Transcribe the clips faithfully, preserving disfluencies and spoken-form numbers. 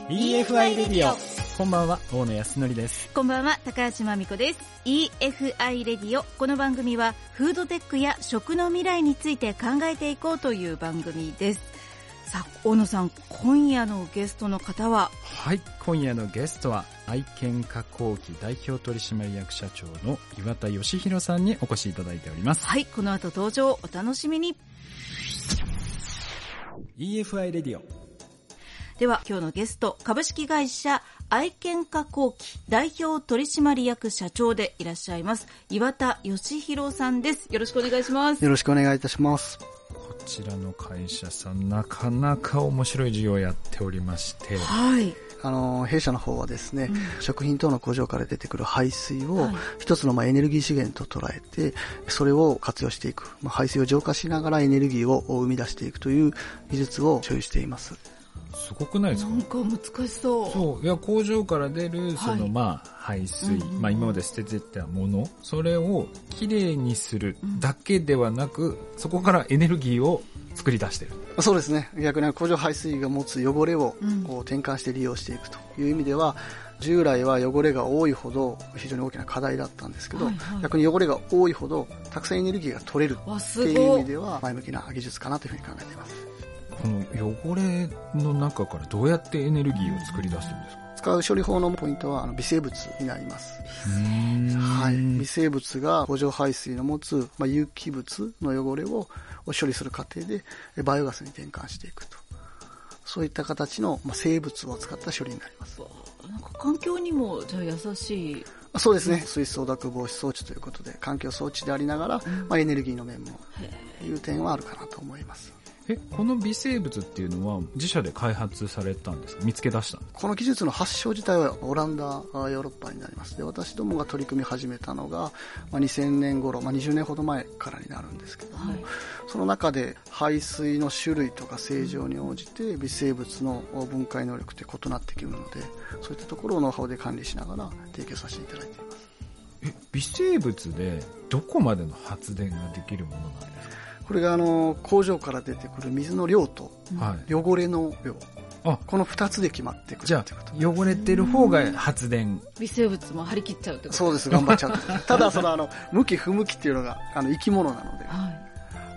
イーエフアイ レディオ。こんばんは、大野康則です。 こんばんは、高橋真美子です。 イーエフアイ レディオ。この番組はフードテックや食の未来について考えていこうという番組です。さあ、大野さん、今夜のゲストの方は？ はい、今夜のゲストは愛犬加工機代表取締役社長の岩田義弘さんにお越しいただいております。 はい、この後登場お楽しみに。 イーエフアイ レディオ。 では今日のゲスト、株式会社愛犬加工機代表取締役社長でいらっしゃいます岩田義弘さんです。よろしくお願いします。 よろしくお願いいたします。 こちらの会社さん、なかなか面白い事業をやっておりまして、 はい、 あの弊社の方はですね、うん、食品等の工場から出てくる排水を、 はい、 一つのまあエネルギー資源と捉えて、それを活用していく、まあ、排水を浄化しながらエネルギーを生み出していくという技術を所有しています。 すごくないですか？ なんか難しそう。 そう、いや、工場から出るその、はい、まあ排水、うんうん、まあ今まで捨ててたもの、それをきれいにするだけではなく、うん、そこからエネルギーを作り出している。 そうですね。逆に工場排水が持つ汚れをこう転換して利用していくという意味では、うん、従来は汚れが多いほど非常に大きな課題だったんですけど、はいはい、逆に汚れが多いほどたくさんエネルギーが取れるっていう意味では前向きな技術かなというふうに考えています。 この汚れの中からどうやってエネルギーを作り出してるんですか？ 使う処理法のポイントはあの微生物になります。はい、微生物が工場排水の持つ、まあ、有機物の汚れを処理する過程でバイオガスに転換していくと、そういった形の、まあ、生物を使った処理になります。 なんか環境にもじゃあ優しい。 そうですね。水素濁防止装置ということで環境装置でありながら、うん、まあ、エネルギーの面もいう点はあるかなと思います。 え、この微生物っていうのは自社で開発されたんですか？見つけ出したんですか？ この技術の発祥自体はオランダ、ヨーロッパになります。で、私どもが取り組み始めたのが、まあ、にせんねん頃、まあ、にじゅうねんほど前からになるんですけども、はい、その中で排水の種類とか性状に応じて微生物の分解能力って異なってくるので、そういったところをノウハウで管理しながら提供させていただいています。 え、微生物でどこまでの発電ができるものなんですか？ これがあの工場から出てくる水の量と汚れの量、はい、このふたつで決まってくる。 じゃあ汚れてる方が発電、 微生物も張り切っちゃうってこと？ そうです、頑張っちゃうただそのあの向き不向きっていうのがあの生き物なので、はい、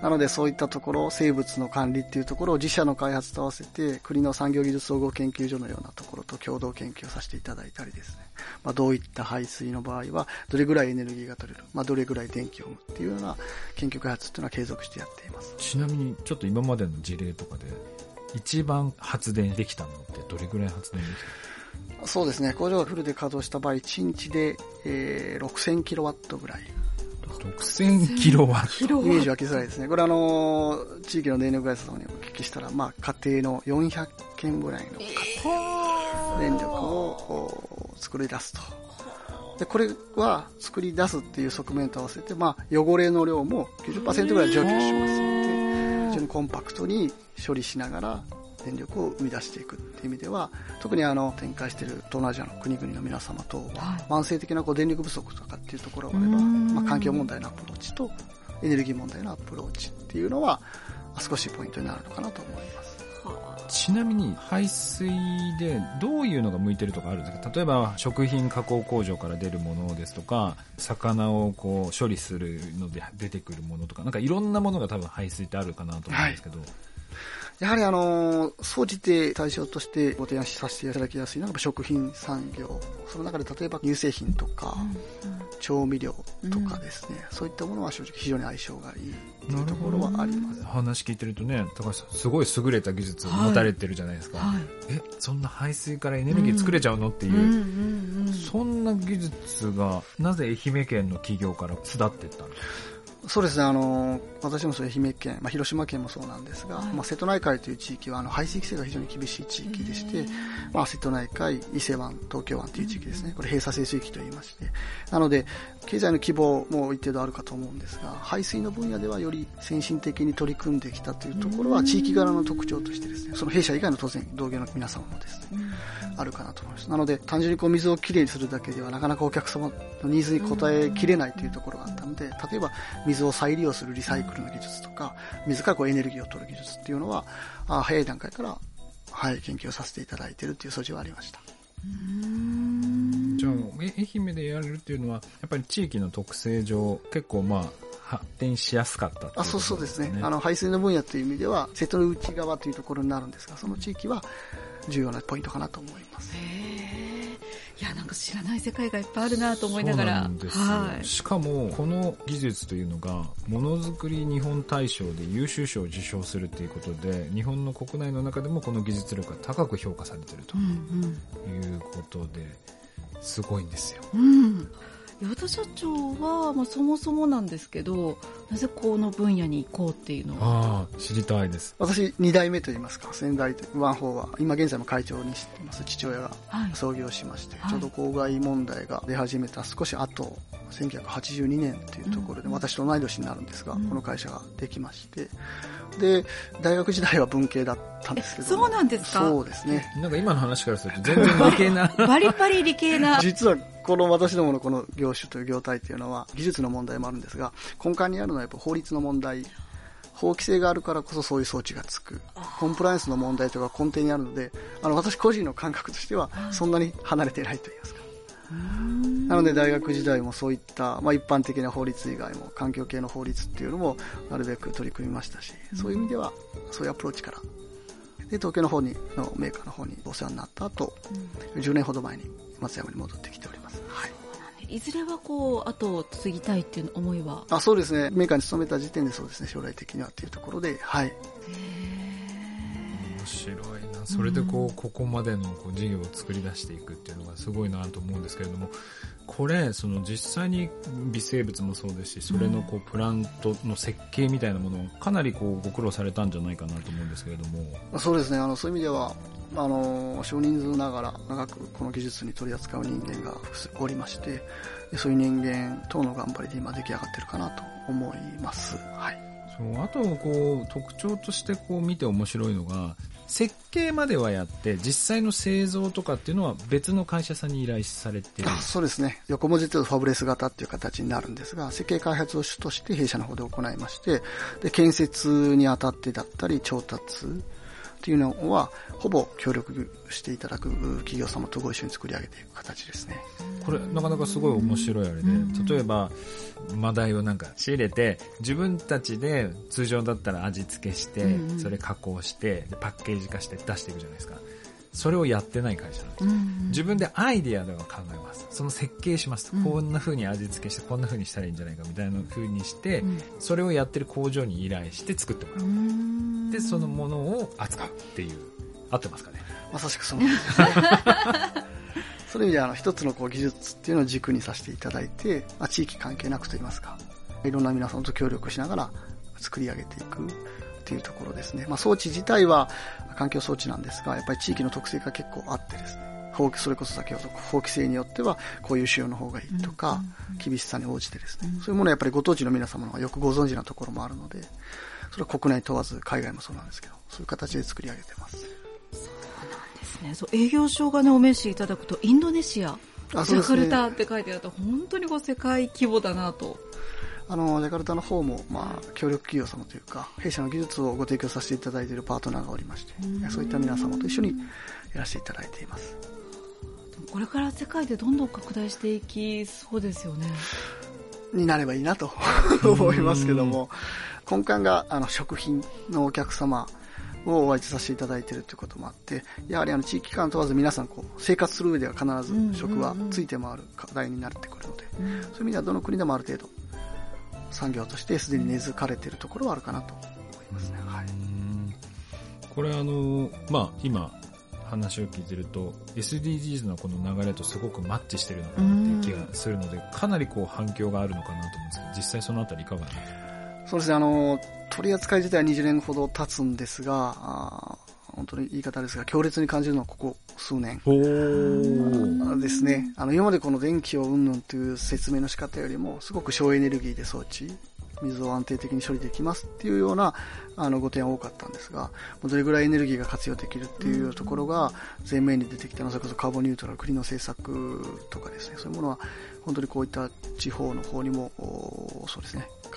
なのでそういったところ、生物の管理っていうところを自社の開発と合わせて国の産業技術総合研究所のようなところと共同研究をさせていただいたりですね、まあ、どういった排水の場合はどれぐらいエネルギーが取れる、まあ、どれぐらい電気を生むっていうような研究開発っていうのは継続してやっています。 ちなみにちょっと今までの事例とかで一番発電できたのってどれぐらい発電できた？ そうですね、工場がフルで稼働した場合いちにちで、えー、ろくせんキロワットぐらい。 ろくせんキロワット。 イメージ湧きづらいですね。これあの地域の電力会社さんにお聞きしたら、まあ家庭のよんひゃっけんぐらいの電力を作り出すと。でこれは作り出すっていう側面と合わせて、まあ汚れの量も きゅうじゅっパーセント ぐらい除去しますので、非常にコンパクトに処理しながら電力を生み出していくっていう意味では、特にあの展開している東南アジアの国々の皆様とは、はい、慢性的なこう電力不足とかっていうところがあれば、まあ、環境問題のアプローチとエネルギー問題のアプローチっていうのは少しポイントになるのかなと思います。 ちなみに排水でどういうのが向いてるとかあるんですか？例えば食品加工工場から出るものですとか、魚をこう処理するので出てくるものとか、なんかいろんなものが多分排水ってあるかなと思うんですけど、はい、 やはりあの総じて対象としてご提案させていただきやすいのが食品産業、その中で例えば乳製品とか、うんうん、調味料とかですね、うん、そういったものは正直非常に相性がいいというところはあります。 話聞いてるとね、高橋さんすごい優れた技術を持たれてるじゃないですか、はいはい、えそんな排水からエネルギー作れちゃうのっていう、うんうんうんうん、そんな技術がなぜ愛媛県の企業から巣立っていったんですか？ そうですね、あの私もそう愛媛県、まあ、広島県もそうなんですが、はい、まあ、瀬戸内海という地域はあの排水規制が非常に厳しい地域でして、まあ、瀬戸内海、伊勢湾、東京湾という地域ですね、これ閉鎖制水域と言いまして、なので経済の規模も一定度あるかと思うんですが、排水の分野ではより先進的に取り組んできたというところは地域柄の特徴としてですね、その弊社以外の当然同業の皆様もですね、あるかなと思います。なので単純にこう水をきれいにするだけではなかなかお客様のニーズに応えきれないというところがあったので、例えば水を再利用するリサイクルの技術とか、水からこうエネルギーを取る技術っていうのはあ早い段階からはい、研究をさせていただいているという素地はありました。 うーん、 じゃあ愛媛でやれるっていうのはやっぱり地域の特性上結構まあ発展しやすかったってことですね。 あ、そうそうですね。あの排水の分野という意味では瀬戸の内側というところになるんですが、その地域は重要なポイントかなと思います。 へえ。いや、なんか知らない世界がいっぱいあるなと思いながら。 そうなんですよ、はい、しかもこの技術というのがものづくり日本大賞で優秀賞を受賞するということで、日本の国内の中でもこの技術力が高く評価されているということで、すごいんですよ。 うん、岩田社長は、まあ、そもそもなんですけど、なぜこの分野に行こうっていうのは。 ああ、知りたいです。 私に代目といいますか、先代とワンフォーは今現在も会長にしています父親が創業しまして、はい、ちょうど公害問題が出始めた少し後、せんきゅうひゃくはちじゅうにねんというところで、うん、私と同い年になるんですが、うん、この会社ができまして、で大学時代は文系だったんですけど。 そうなんですか。 そうですね。 なんか今の話からすると全然理系なバリバリ理系な実はこの私どものこの業種という業態というのは技術の問題もあるんですが、根幹にあるのはやっぱ法律の問題、法規制があるからこそそういう装置がつく、コンプライアンスの問題とか根底にあるので、あの私個人の感覚としてはそんなに離れていないと言いますか。なので大学時代もそういった、まあ、一般的な法律以外も環境系の法律っていうのもなるべく取り組みましたし、そういう意味ではそういうアプローチからで東京の方にのメーカーの方にお世話になった後、うん、じゅうねんほど前に松山に戻ってきております。はい、 いずれはこう後を継ぎたいっていう思いは。 あ、そうですね。メーカーに勤めた時点でそうですね。将来的にはっていうところで、はい。へー、面白いな。それでこう、うん、ここまでのこう事業を作り出していくっていうのがすごいなと思うんですけれども、これその実際に微生物もそうですし、それのこうプラントの設計みたいなものをかなりこうご苦労されたんじゃないかなと思うんですけれども。 そうですね。あのそういう意味では。あの少人数ながら長くこの技術に取り扱う人間がおりまして、そういう人間等の頑張りで今出来上がってるかなと思います。はい。 そう、あとこう特徴としてこう見て面白いのが、設計まではやって実際の製造とかっていうのは別の会社さんに依頼されてる。 あ、そうですね。横文字というとファブレス型っていう形になるんですが、設計開発を主として弊社の方で行いまして、で建設にあたってだったり調達っていうのはほぼ協力していただく企業様とご一緒に作り上げていく形ですね。 これなかなかすごい面白いあれで、例えばマダイをなんか仕入れて自分たちで通常だったら味付けしてそれ加工してパッケージ化して出していくじゃないですか。それをやってない会社なんです、うんうん、自分でアイディアでは考えます。その設計します、うん、こんな風に味付けしてこんな風にしたらいいんじゃないかみたいな風にして、うん、それをやってる工場に依頼して作ってもらう、うん、でそのものを扱うっていう。合ってますかね。 まさしくそうなんですねそういう意味ではあの一つのこう技術っていうのを軸にさせていただいて、まあ、地域関係なくといいますか、いろんな皆さんと協力しながら作り上げていくっていうところですね。まあ、装置自体は環境装置なんですが、やっぱり地域の特性が結構あってですね、法それこそ先ほど法規制によってはこういう仕様の方がいいとか、厳しさに応じてですね、そういうものはやっぱりご当地の皆様の方がよくご存知なところもあるので、それは国内問わず海外もそうなんですけど、そういう形で作り上げてます。 そうなんですね。そう営業所がねお名刺いただくとインドネシア、あ、ジャカルタって書いてあると本当にこう世界規模だなと。 あのジャカルタの方も、まあ、協力企業様というか弊社の技術をご提供させていただいているパートナーがおりまして、そういった皆様と一緒にやらせていただいています。 これから世界でどんどん拡大していきそうですよね。 になればいいなと思いますけども、根幹があの食品のお客様をお相手させていただいているということもあって、やはりあの地域間問わず皆さんこう生活する上では必ず食はついて回る課題になってくるので、そういう意味ではどの国でもある程度産業としてすでに根付かれているところはあるかなと思いますね。はい、 これあの、まあ、今話を聞いてると エスディージーズ のこの流れとすごくマッチしてるのかなっていう気がするので、かなりこう反響があるのかなと思うんですけど、実際そのあたりいかがですか？ そうですね、あの取り扱い自体はにじゅうねんほど経つんですが、あ本当に言い方ですが強烈に感じるのはここ数年ですね。あの今までこの電気をうんぬんという説明の仕方よりもすごく省エネルギーで装置、水を安定的に処理できますっていうようなあのご提案多かったんですが、どれぐらいエネルギーが活用できるっていうところが前面に出てきたの、それこそカーボンニュートラル国の政策とかですね、そういうものは本当にこういった地方の方にもそうですね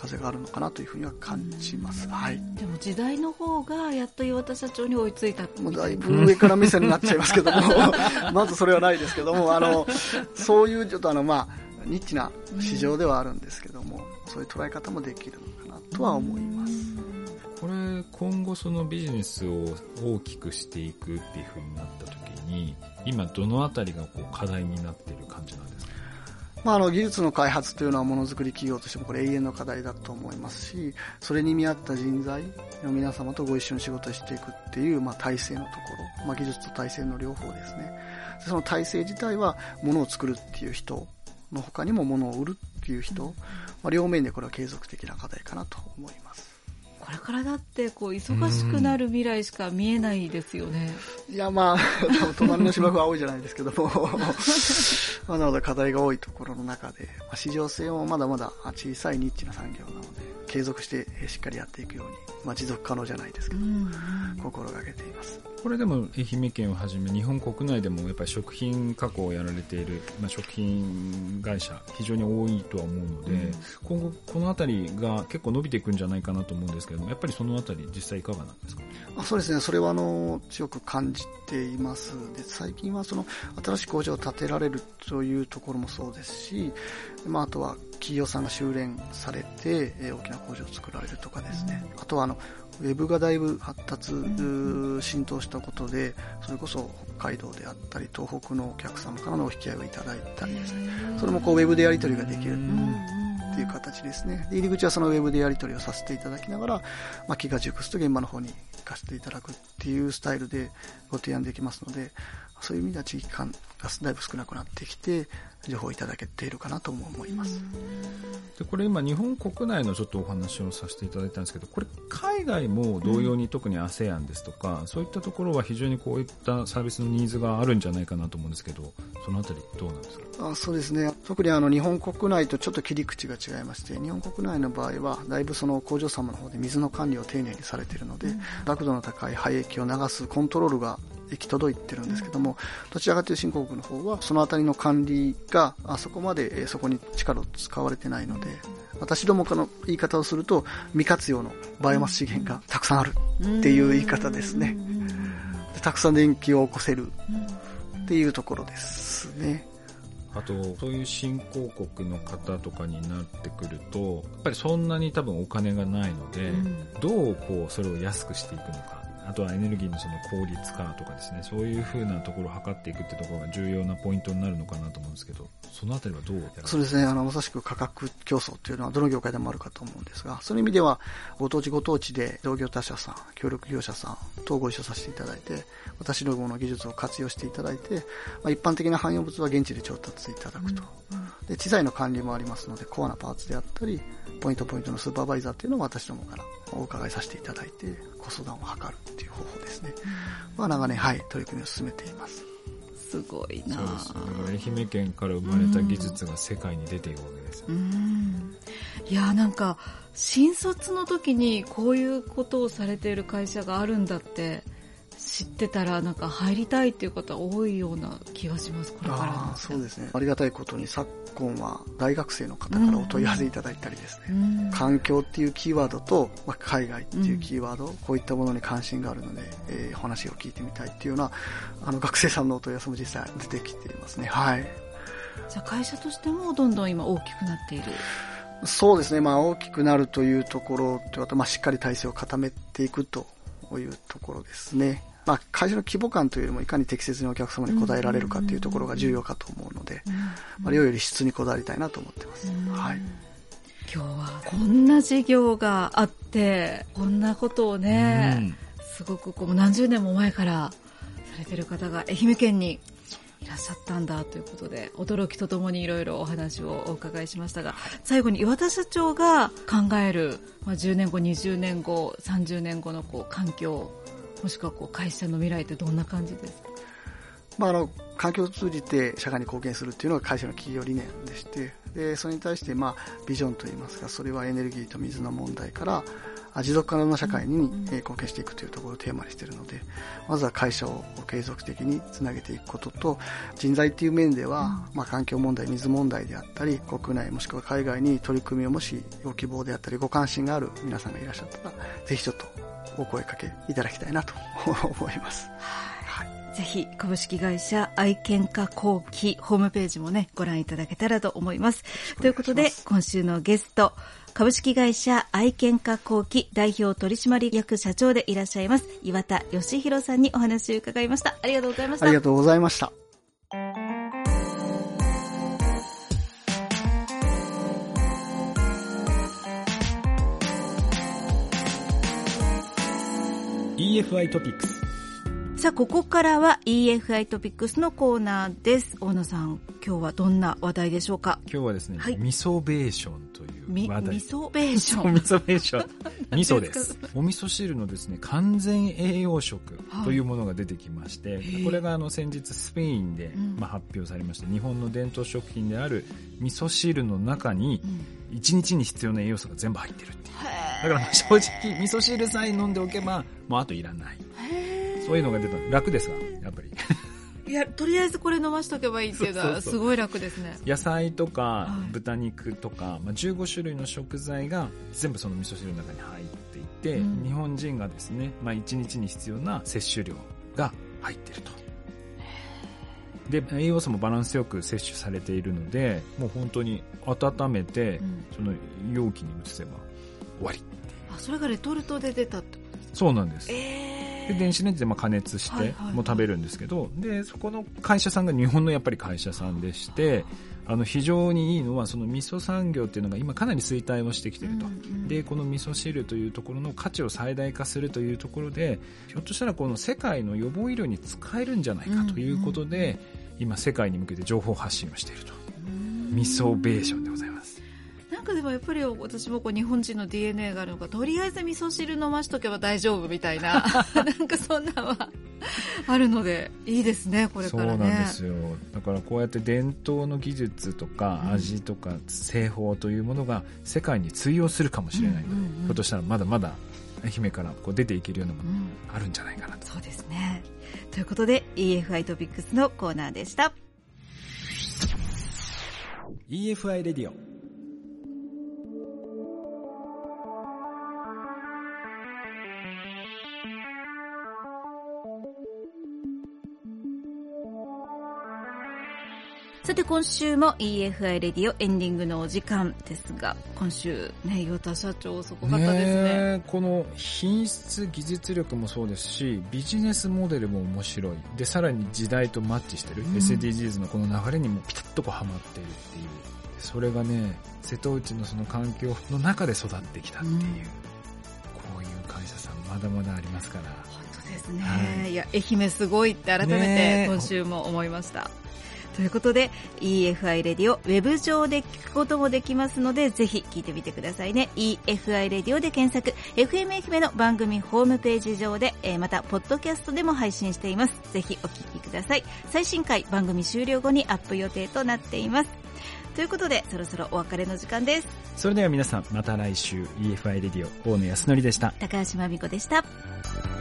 風があるのかなというふうには感じます。はい。 でも時代の方がやっと岩田社長に追いついたもうだいぶ上から目線になっちゃいますけどもまずそれはないですけども、あのそういうちょっとあのまあニッチな市場ではあるんですけども、うん、そういう捉え方もできるのかなとは思います。 これ今後そのビジネスを大きくしていくっていう風になった時に、今どのあたりがこう課題になっている感じなんですか？ まあ、あの技術の開発というのはものづくり企業としてもこれ永遠の課題だと思いますし、それに見合った人材の皆様とご一緒に仕事をしていくっていう、まあ、体制のところ、まあ、技術と体制の両方ですね。その体制自体はものを作るっていう人の他にもものを売るっていう人、まあ、両面でこれは継続的な課題かなと思います。 これからだってこう忙しくなる未来しか見えないですよね。 いやまあ隣の芝生は青いじゃないですけどもまだまだ課題が多いところの中で、まあ、市場性もまだまだ小さいニッチな産業なので継続してしっかりやっていくように、まあ、持続可能じゃないですけど、うん、心がけています。 これでも愛媛県をはじめ日本国内でもやっぱり食品加工をやられている、まあ、食品会社非常に多いとは思うので、うん、今後このあたりが結構伸びていくんじゃないかなと思うんですけども、やっぱりそのあたり実際いかがなんですか？ あ、そうですね、それはあの強く感じています。で、最近はその新しい工場を建てられるというところもそうですし、まあ、あとは企業さんが修練されて、えー、大きな工場を作られるとかですね、うん、あとはあのウェブがだいぶ発達、うん、浸透したことで、それこそ北海道であったり東北のお客様からのお引き合いをいただいたりですね、それもこうウェブでやり取りができるっていう形ですね。で、入り口はそのウェブでやり取りをさせていただきながら、まあ、機が熟すと現場の方に行かせていただくっていうスタイルでご提案できますので、そういう意味では地域間がだいぶ少なくなってきて情報をいただけているかなとも思います。 で、これ今日本国内のちょっとお話をさせていただいたんですけど、これ海外も同様に、うん、特に アセアン ですとかそういったところは非常にこういったサービスのニーズがあるんじゃないかなと思うんですけど、そのあたりどうなんですか？ あ、そうですね、特にあの日本国内とちょっと切り口が違いまして、日本国内の場合はだいぶその工場様の方で水の管理を丁寧にされているので、うん、楽度の高い廃液を流すコントロールが行き届いてるんですけども、どちらかというと新興国の方はそのあたりの管理があそこまでそこに力を使われてないので、私どもの言い方をすると未活用のバイオマス資源がたくさんあるっていう言い方ですね。で、たくさん電気を起こせるっていうところですね。 あとそういう新興国の方とかになってくると、やっぱりそんなに多分お金がないので、うん、どうこうそれを安くしていくのか、あとはエネルギーのその効率化とかですね、そういう風なところを測っていくってところが重要なポイントになるのかなと思うんですけど、そのあたりはどうやられますか？ そうですね、あのまさしく価格競争というのはどの業界でもあるかと思うんですが、そういう意味ではご当地ご当地で同業他社さん、協力業者さんとご一緒させていただいて、私どもの技術を活用していただいて、まあ、一般的な汎用物は現地で調達いただくと、うんうん、で知財の管理もありますので、コアなパーツであったりポイントポイントのスーパーバイザーというのを私どもからお伺いさせていただいてご相談を図るっていう方法ですね、うん、まあ、長年、はい、取り組みを進めています。 すごいな。 そうですね、だから愛媛県から生まれた技術が世界に出ているわけですよ、ね、うん、 いや、なんか新卒の時にこういうことをされている会社があるんだって知ってたら、なんか入りたいっていう方多いような気がします。これから。 あ、そうですね、ありがたいことに昨今は大学生の方からお問い合わせいただいたりですね、うんうん、環境っていうキーワードと、まあ、海外っていうキーワード、うん、こういったものに関心があるので、えー、お話を聞いてみたいっていうようなあの学生さんのお問い合わせも実際出てきていますね。はい。 じゃあ会社としてもどんどん今大きくなっている。 そうですね、まあ、大きくなるというところと、あとまあしっかり体制を固めていくというところですね。まあ、会社の規模感というよりもいかに適切にお客様に応えられるかというところが重要かと思うので、まあ、量より質にこだわりたいなと思ってます。はい。 今日はこんな事業があってこんなことをね、すごくこう何十年も前からされてる方が愛媛県にいらっしゃったんだということで、驚きとともにいろいろお話をお伺いしましたが、最後に岩田社長が考える、まあ、じゅうねんごにじゅうねんごさんじゅうねんごのこう環境、もしくはこう会社の未来ってどんな感じですか？ まあ、あの環境を通じて社会に貢献するというのが会社の企業理念でして、でそれに対してまあビジョンといいますか、それはエネルギーと水の問題から持続可能な社会に貢献していくというところをテーマにしているので、まずは会社を継続的につなげていくことと、人材っていう面では、まあ、環境問題、水問題であったり、国内もしくは海外に取り組みをもしご希望であったりご関心がある皆さんがいらっしゃったら、ぜひちょっとお声かけいただきたいなと思います。 はい、ぜひ株式会社愛犬家工機ホームページもねご覧いただけたらと思います。ということで今週のゲスト、株式会社愛犬家工機代表取締役社長でいらっしゃいます岩田義弘さんにお話を伺いました。ありがとうございました。 ありがとうございました。 イーエフアイ トピックス。 さあここからは イーエフアイ トピックスのコーナーです。大野さん、今日はどんな話題でしょうか？ 今日はですね、はい、ミソベーションという話題。 ミソベーション。 ミソベーション。味噌です。お味噌汁のですね、完全栄養食というものが出てきまして、はい、これがあの先日スペインで、うんまあ、発表されまして、日本の伝統食品である味噌汁の中にいちにちに必要な栄養素が全部入ってるっていう。だから正直味噌汁さえ飲んでおけばもうあといらない。そういうのが出た。楽ですがやっぱり。 いやとりあえずこれ飲ましとけばいいっていうのはすごい楽ですね。 野菜とか豚肉とか、まあ、じゅうごしゅるいの食材が全部その味噌汁の中に入っていて、うん、日本人がですね、まあ、いちにちに必要な摂取量が入っていると。で栄養素もバランスよく摂取されているので、もう本当に温めて、うん、その容器に移せば終わりっていう。 あ、それがレトルトで出たってことですか？ そうなんです、 えー、 で電子レンジでまあ加熱してもう食べるんですけど、はいはいはい、でそこの会社さんが日本のやっぱり会社さんでして、あの非常にいいのはその味噌産業っていうのが今かなり衰退をしてきていると、うんうん、でこの味噌汁というところの価値を最大化するというところで、ひょっとしたらこの世界の予防医療に使えるんじゃないかということで、うんうん、今世界に向けて情報発信をしていると。味噌ベーションでございます。 なんかでもやっぱり私もこう日本人の ディーエヌエー があるのか、とりあえず味噌汁飲ましとけば大丈夫みたいななんかそんなのはあるのでいいですね、これからね。 そうなんですよ。だからこうやって伝統の技術とか味とか製法というものが世界に通用するかもしれないので、うんうんうん、ひょっとしたらまだまだ愛媛からこう出ていけるようなものあるんじゃないかなと、 うん、そうですね。ということで イーエフアイ トピックスのコーナーでした。 イーエフアイ レディオ。 さて今週も イーエフアイ レディオエンディングのお時間ですが、今週ね、岩田社長すごかったですね。 ね、この品質技術力もそうですし、ビジネスモデルも面白いで、さらに時代とマッチしてる、うん、エスディージーズ のこの流れにもピタッとこうはまっているっていう、それがね瀬戸内のその環境の中で育ってきたっていう、うん、こういう会社さんまだまだありますから。 本当ですね、はい、いや愛媛すごいって改めて今週も思いました、ね。ということで イーエフアイ レディオウェブ上で聞くこともできますので、ぜひ聞いてみてくださいね。 イーエフアイ レディオで検索、 エフエム 愛媛の番組ホームページ上で、えー、またポッドキャストでも配信しています。ぜひお聞きください。最新回番組終了後にアップ予定となっています。ということでそろそろお別れの時間です。 それでは皆さんまた来週。 イーエフアイ レディオ大野康則でした。 高橋真美子でした。